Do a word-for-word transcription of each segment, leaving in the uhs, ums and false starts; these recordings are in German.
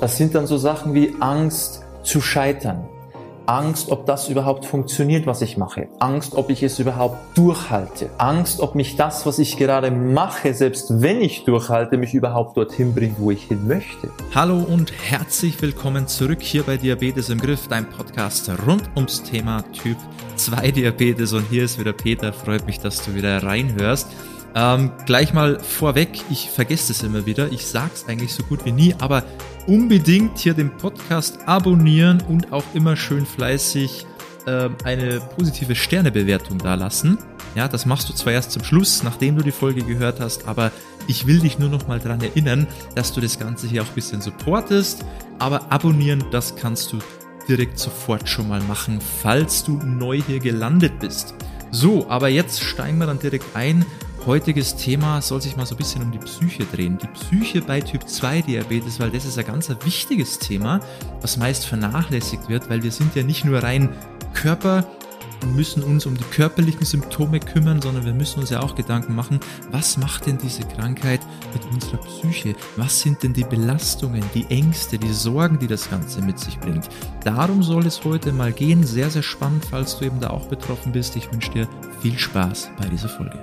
Das sind dann so Sachen wie Angst zu scheitern. Angst, ob das überhaupt funktioniert, was ich mache. Angst, ob ich es überhaupt durchhalte. Angst, ob mich das, was ich gerade mache, selbst wenn ich durchhalte, mich überhaupt dorthin bringt, wo ich hin möchte. Hallo und herzlich willkommen zurück hier bei Diabetes im Griff, dein Podcast rund ums Thema Typ zwei Diabetes. Und hier ist wieder Peter, freut mich, dass du wieder reinhörst. Ähm, gleich mal vorweg, ich vergesse es immer wieder, ich sag's eigentlich so gut wie nie, aber unbedingt hier den Podcast abonnieren und auch immer schön fleißig ähm, eine positive Sternebewertung dalassen. Ja, das machst du zwar erst zum Schluss, nachdem du die Folge gehört hast, aber ich will dich nur noch mal daran erinnern, dass du das Ganze hier auch ein bisschen supportest, aber abonnieren, das kannst du direkt sofort schon mal machen, falls du neu hier gelandet bist. So, aber jetzt steigen wir dann direkt ein. Heutiges Thema soll sich mal so ein bisschen um die Psyche drehen. Die Psyche bei Typ zwei Diabetes, weil das ist ein ganz wichtiges Thema, was meist vernachlässigt wird, weil wir sind ja nicht nur rein Körper und müssen uns um die körperlichen Symptome kümmern, sondern wir müssen uns ja auch Gedanken machen, was macht denn diese Krankheit mit unserer Psyche? Was sind denn die Belastungen, die Ängste, die Sorgen, die das Ganze mit sich bringt? Darum soll es heute mal gehen. Sehr, sehr spannend, falls du eben da auch betroffen bist. Ich wünsche dir viel Spaß bei dieser Folge.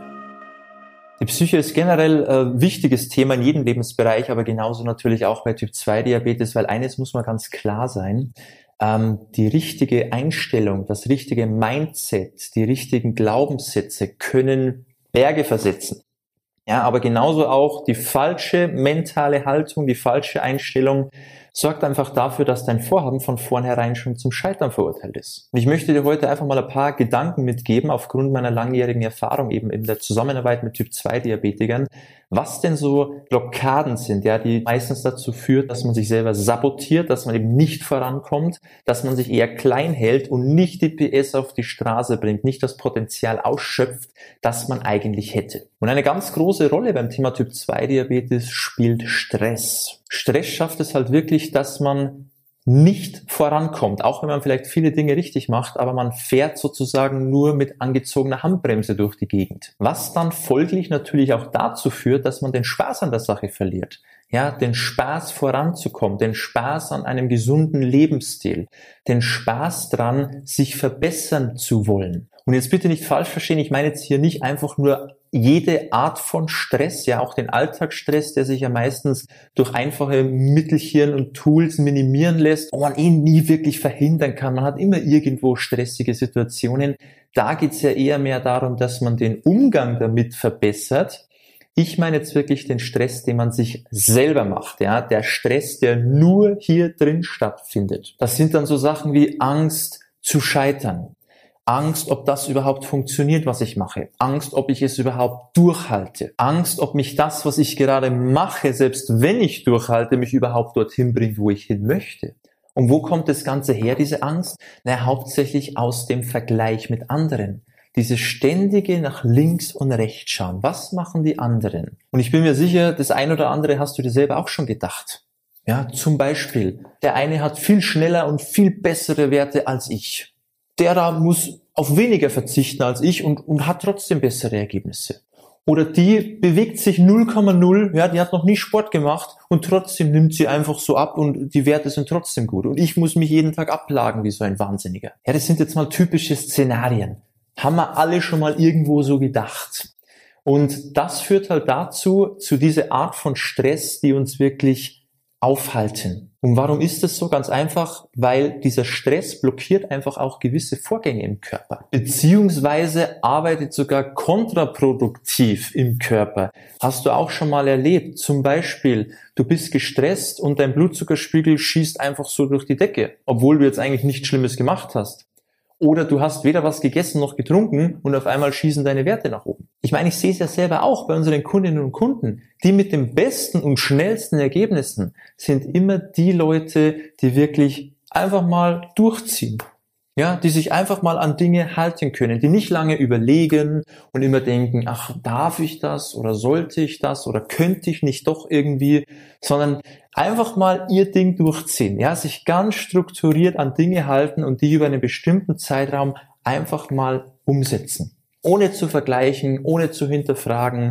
Die Psyche ist generell ein äh, wichtiges Thema in jedem Lebensbereich, aber genauso natürlich auch bei Typ zwei Diabetes, weil eines muss mal ganz klar sein, ähm, die richtige Einstellung, das richtige Mindset, die richtigen Glaubenssätze können Berge versetzen. Ja, aber genauso auch die falsche mentale Haltung, die falsche Einstellung sorgt einfach dafür, dass dein Vorhaben von vornherein schon zum Scheitern verurteilt ist. Und ich möchte dir heute einfach mal ein paar Gedanken mitgeben, aufgrund meiner langjährigen Erfahrung eben in der Zusammenarbeit mit Typ zwei Diabetikern, was denn so Blockaden sind, ja, die meistens dazu führt, dass man sich selber sabotiert, dass man eben nicht vorankommt, dass man sich eher klein hält und nicht die P S auf die Straße bringt, nicht das Potenzial ausschöpft, das man eigentlich hätte. Und eine ganz große Rolle beim Thema Typ zwei Diabetes spielt Stress. Stress schafft es halt wirklich, dass man nicht vorankommt, auch wenn man vielleicht viele Dinge richtig macht, aber man fährt sozusagen nur mit angezogener Handbremse durch die Gegend. Was dann folglich natürlich auch dazu führt, dass man den Spaß an der Sache verliert. Ja, den Spaß voranzukommen, den Spaß an einem gesunden Lebensstil, den Spaß dran, sich verbessern zu wollen. Und jetzt bitte nicht falsch verstehen, ich meine jetzt hier nicht einfach nur jede Art von Stress, ja auch den Alltagsstress, der sich ja meistens durch einfache Mittelchen und Tools minimieren lässt, wo man ihn nie wirklich verhindern kann. Man hat immer irgendwo stressige Situationen. Da geht es ja eher mehr darum, dass man den Umgang damit verbessert. Ich meine jetzt wirklich den Stress, den man sich selber macht, ja, der Stress, der nur hier drin stattfindet. Das sind dann so Sachen wie Angst zu scheitern. Angst, ob das überhaupt funktioniert, was ich mache. Angst, ob ich es überhaupt durchhalte. Angst, ob mich das, was ich gerade mache, selbst wenn ich durchhalte, mich überhaupt dorthin bringt, wo ich hin möchte. Und wo kommt das Ganze her, diese Angst? Na, hauptsächlich aus dem Vergleich mit anderen. Dieses ständige nach links und rechts schauen. Was machen die anderen? Und ich bin mir sicher, das ein oder andere hast du dir selber auch schon gedacht. Ja, zum Beispiel, der eine hat viel schneller und viel bessere Werte als ich. Der da muss auf weniger verzichten als ich und, und hat trotzdem bessere Ergebnisse. Oder die bewegt sich null Komma null, ja, die hat noch nie Sport gemacht und trotzdem nimmt sie einfach so ab und die Werte sind trotzdem gut. Und ich muss mich jeden Tag abplagen wie so ein Wahnsinniger. Ja, das sind jetzt mal typische Szenarien. Haben wir alle schon mal irgendwo so gedacht. Und das führt halt dazu, zu dieser Art von Stress, die uns wirklich aufhalten. Und warum ist das so? Ganz einfach, weil dieser Stress blockiert einfach auch gewisse Vorgänge im Körper, beziehungsweise arbeitet sogar kontraproduktiv im Körper. Hast du auch schon mal erlebt? Zum Beispiel, du bist gestresst und dein Blutzuckerspiegel schießt einfach so durch die Decke, obwohl du jetzt eigentlich nichts Schlimmes gemacht hast. Oder du hast weder was gegessen noch getrunken und auf einmal schießen deine Werte nach oben. Ich meine, ich sehe es ja selber auch bei unseren Kundinnen und Kunden. Die mit den besten und schnellsten Ergebnissen sind immer die Leute, die wirklich einfach mal durchziehen. Ja, die sich einfach mal an Dinge halten können, die nicht lange überlegen und immer denken, ach, darf ich das oder sollte ich das oder könnte ich nicht doch irgendwie, sondern einfach mal ihr Ding durchziehen, ja, sich ganz strukturiert an Dinge halten und die über einen bestimmten Zeitraum einfach mal umsetzen. Ohne zu vergleichen, ohne zu hinterfragen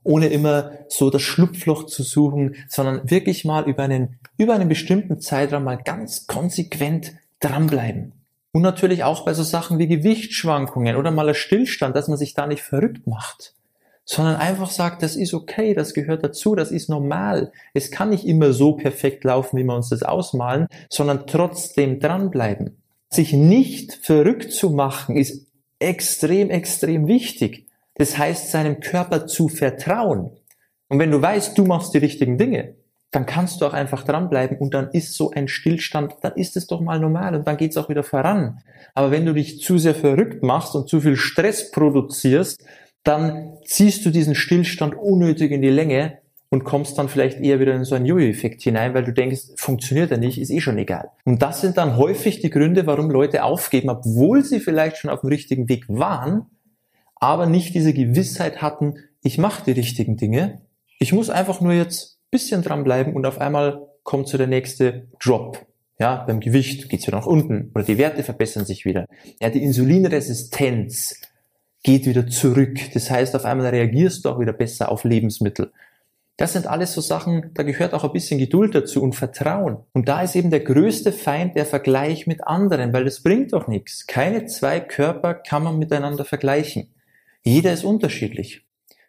ohne immer so das Schlupfloch zu suchen, sondern wirklich mal über einen, über einen bestimmten Zeitraum mal ganz konsequent dranbleiben. Und natürlich auch bei so Sachen wie Gewichtsschwankungen oder mal ein Stillstand, dass man sich da nicht verrückt macht, sondern einfach sagt, das ist okay, das gehört dazu, das ist normal. Es kann nicht immer so perfekt laufen, wie wir uns das ausmalen, sondern trotzdem dranbleiben. Sich nicht verrückt zu machen, ist extrem, extrem wichtig. Das heißt, seinem Körper zu vertrauen. Und wenn du weißt, du machst die richtigen Dinge, dann kannst du auch einfach dranbleiben und dann ist so ein Stillstand, dann ist es doch mal normal und dann geht's auch wieder voran. Aber wenn du dich zu sehr verrückt machst und zu viel Stress produzierst, dann ziehst du diesen Stillstand unnötig in die Länge und kommst dann vielleicht eher wieder in so einen Jojo-Effekt hinein, weil du denkst, funktioniert er nicht, ist eh schon egal. Und das sind dann häufig die Gründe, warum Leute aufgeben, obwohl sie vielleicht schon auf dem richtigen Weg waren, aber nicht diese Gewissheit hatten, ich mache die richtigen Dinge, ich muss einfach nur jetzt ein bisschen dranbleiben und auf einmal kommt so der nächste Drop. Ja, beim Gewicht geht's wieder nach unten oder die Werte verbessern sich wieder. Ja, die Insulinresistenz geht wieder zurück. Das heißt, auf einmal reagierst du auch wieder besser auf Lebensmittel. Das sind alles so Sachen, da gehört auch ein bisschen Geduld dazu und Vertrauen. Und da ist eben der größte Feind der Vergleich mit anderen, weil das bringt doch nichts. Keine zwei Körper kann man miteinander vergleichen. Jeder ist unterschiedlich.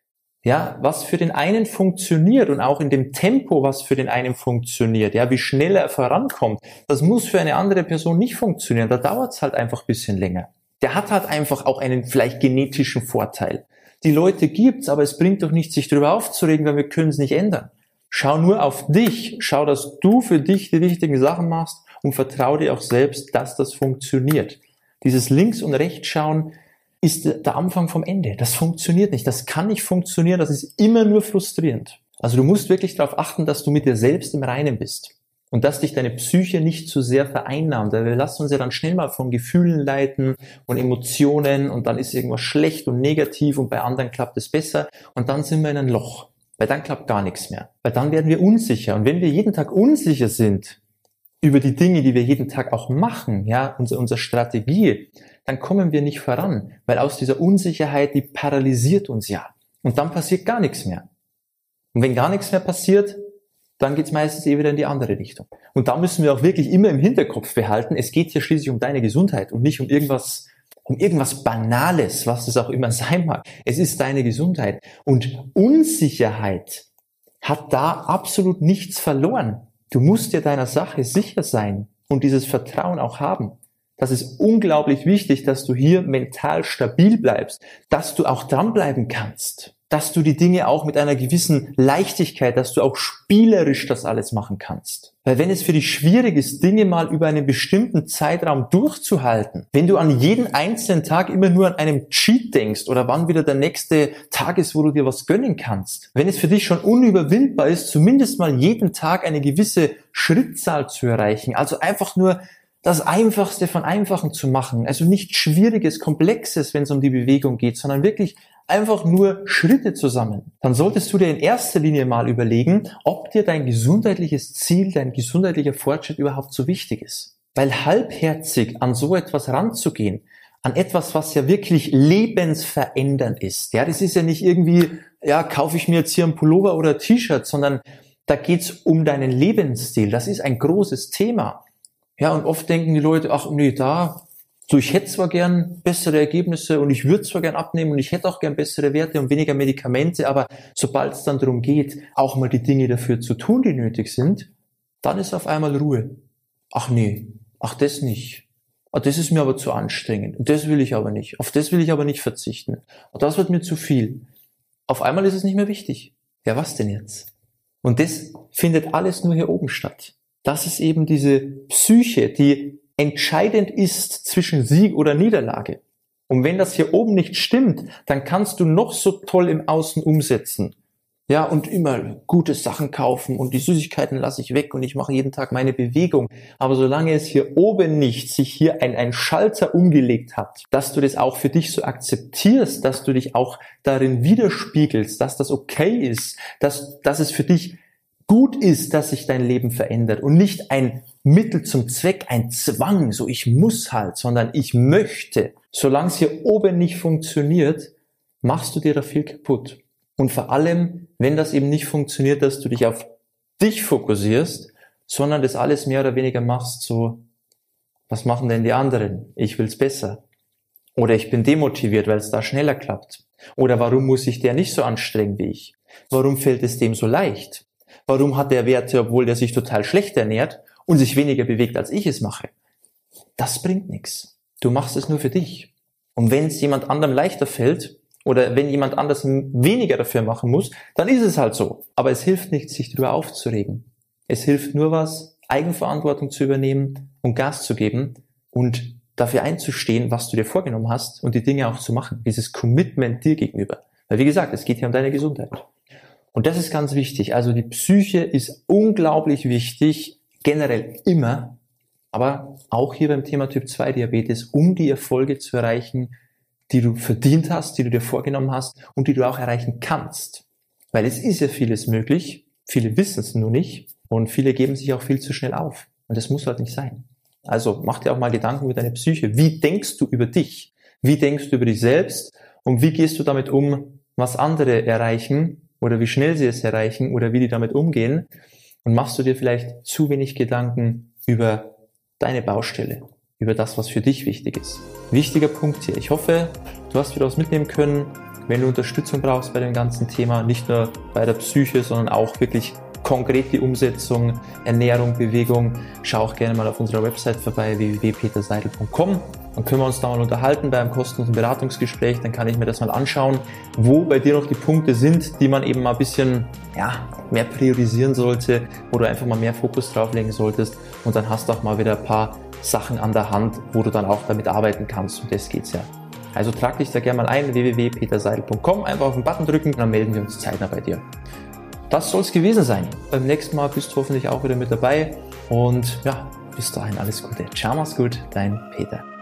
Ja, was für den einen funktioniert und auch in dem Tempo, was für den einen funktioniert, ja, wie schnell er vorankommt, das muss für eine andere Person nicht funktionieren. Da dauert es halt einfach ein bisschen länger. Der hat halt einfach auch einen vielleicht genetischen Vorteil. Die Leute gibt's, aber es bringt doch nichts, sich darüber aufzuregen, weil wir können es nicht ändern. Schau nur auf dich, schau, dass du für dich die richtigen Sachen machst und vertrau dir auch selbst, dass das funktioniert. Dieses Links- und Rechtsschauen ist der Anfang vom Ende. Das funktioniert nicht, das kann nicht funktionieren, das ist immer nur frustrierend. Also du musst wirklich darauf achten, dass du mit dir selbst im Reinen bist. Und dass dich deine Psyche nicht zu sehr vereinnahmt. Weil wir lassen uns ja dann schnell mal von Gefühlen leiten und Emotionen und dann ist irgendwas schlecht und negativ und bei anderen klappt es besser und dann sind wir in ein Loch. Weil dann klappt gar nichts mehr. Weil dann werden wir unsicher. Und wenn wir jeden Tag unsicher sind über die Dinge, die wir jeden Tag auch machen, ja, unsere, unsere Strategie, dann kommen wir nicht voran. Weil aus dieser Unsicherheit, die paralysiert uns ja. Und dann passiert gar nichts mehr. Und wenn gar nichts mehr passiert, dann geht's meistens eh wieder in die andere Richtung. Und da müssen wir auch wirklich immer im Hinterkopf behalten, es geht hier schließlich um deine Gesundheit und nicht um irgendwas, um irgendwas Banales, was es auch immer sein mag. Es ist deine Gesundheit. Und Unsicherheit hat da absolut nichts verloren. Du musst dir deiner Sache sicher sein und dieses Vertrauen auch haben. Das ist unglaublich wichtig, dass du hier mental stabil bleibst, dass du auch dranbleiben kannst, dass du die Dinge auch mit einer gewissen Leichtigkeit, dass du auch spielerisch das alles machen kannst. Weil wenn es für dich schwierig ist, Dinge mal über einen bestimmten Zeitraum durchzuhalten, wenn du an jeden einzelnen Tag immer nur an einem Cheat denkst oder wann wieder der nächste Tag ist, wo du dir was gönnen kannst, wenn es für dich schon unüberwindbar ist, zumindest mal jeden Tag eine gewisse Schrittzahl zu erreichen, also einfach nur das Einfachste von Einfachen zu machen, also nicht Schwieriges, Komplexes, wenn es um die Bewegung geht, sondern wirklich einfach nur Schritte zusammen. Dann solltest du dir in erster Linie mal überlegen, ob dir dein gesundheitliches Ziel, dein gesundheitlicher Fortschritt überhaupt so wichtig ist. Weil halbherzig an so etwas ranzugehen, an etwas, was ja wirklich lebensverändernd ist, ja, das ist ja nicht irgendwie, ja, kaufe ich mir jetzt hier ein Pullover oder ein T-Shirt, sondern da geht's um deinen Lebensstil. Das ist ein großes Thema. Ja, und oft denken die Leute, ach nee, da, so ich hätte zwar gern bessere Ergebnisse und ich würde zwar gern abnehmen und ich hätte auch gern bessere Werte und weniger Medikamente, aber sobald es dann darum geht, auch mal die Dinge dafür zu tun, die nötig sind, dann ist auf einmal Ruhe. Ach nee, ach das nicht. Ach, das ist mir aber zu anstrengend und das will ich aber nicht. Auf das will ich aber nicht verzichten. Und das wird mir zu viel. Auf einmal ist es nicht mehr wichtig. Ja, was denn jetzt? Und das findet alles nur hier oben statt. Das ist eben diese Psyche, die entscheidend ist zwischen Sieg oder Niederlage. Und wenn das hier oben nicht stimmt, dann kannst du noch so toll im Außen umsetzen. Ja, und immer gute Sachen kaufen und die Süßigkeiten lasse ich weg und ich mache jeden Tag meine Bewegung. Aber solange es hier oben nicht sich hier ein, ein Schalter umgelegt hat, dass du das auch für dich so akzeptierst, dass du dich auch darin widerspiegelst, dass das okay ist, dass, dass es für dich gut ist, dass sich dein Leben verändert und nicht ein Mittel zum Zweck, ein Zwang, so ich muss halt, sondern ich möchte. Solange es hier oben nicht funktioniert, machst du dir da viel kaputt. Und vor allem, wenn das eben nicht funktioniert, dass du dich auf dich fokussierst, sondern das alles mehr oder weniger machst, so, was machen denn die anderen? Ich will's besser. Oder ich bin demotiviert, weil es da schneller klappt. Oder warum muss sich der nicht so anstrengen wie ich? Warum fällt es dem so leicht? Warum hat der Werte, obwohl der sich total schlecht ernährt und sich weniger bewegt, als ich es mache? Das bringt nichts. Du machst es nur für dich. Und wenn es jemand anderem leichter fällt oder wenn jemand anders weniger dafür machen muss, dann ist es halt so. Aber es hilft nichts, sich darüber aufzuregen. Es hilft nur was, Eigenverantwortung zu übernehmen und Gas zu geben und dafür einzustehen, was du dir vorgenommen hast und die Dinge auch zu machen. Dieses Commitment dir gegenüber. Weil wie gesagt, es geht hier um deine Gesundheit. Und das ist ganz wichtig. Also die Psyche ist unglaublich wichtig, generell immer, aber auch hier beim Thema Typ zwei Diabetes, um die Erfolge zu erreichen, die du verdient hast, die du dir vorgenommen hast und die du auch erreichen kannst. Weil es ist ja vieles möglich, viele wissen es nur nicht und viele geben sich auch viel zu schnell auf. Und das muss halt nicht sein. Also mach dir auch mal Gedanken über deine Psyche. Wie denkst du über dich? Wie denkst du über dich selbst? Und wie gehst du damit um, was andere erreichen oder wie schnell sie es erreichen oder wie die damit umgehen? Und machst du dir vielleicht zu wenig Gedanken über deine Baustelle, über das, was für dich wichtig ist? Wichtiger Punkt hier. Ich hoffe, du hast wieder was mitnehmen können. Wenn du Unterstützung brauchst bei dem ganzen Thema, nicht nur bei der Psyche, sondern auch wirklich konkret die Umsetzung, Ernährung, Bewegung, schau auch gerne mal auf unserer Website vorbei, w w w punkt peter seidel punkt com. Dann können wir uns da mal unterhalten bei einem kostenlosen Beratungsgespräch. Dann kann ich mir das mal anschauen, wo bei dir noch die Punkte sind, die man eben mal ein bisschen ja, mehr priorisieren sollte, wo du einfach mal mehr Fokus drauflegen solltest. Und dann hast du auch mal wieder ein paar Sachen an der Hand, wo du dann auch damit arbeiten kannst. Und das geht's ja. Also trag dich da gerne mal ein, w w w punkt peter seidel punkt com, einfach auf den Button drücken und dann melden wir uns zeitnah bei dir. Das soll es gewesen sein. Beim nächsten Mal bist du hoffentlich auch wieder mit dabei. Und ja, bis dahin alles Gute. Ciao, mach's gut, dein Peter.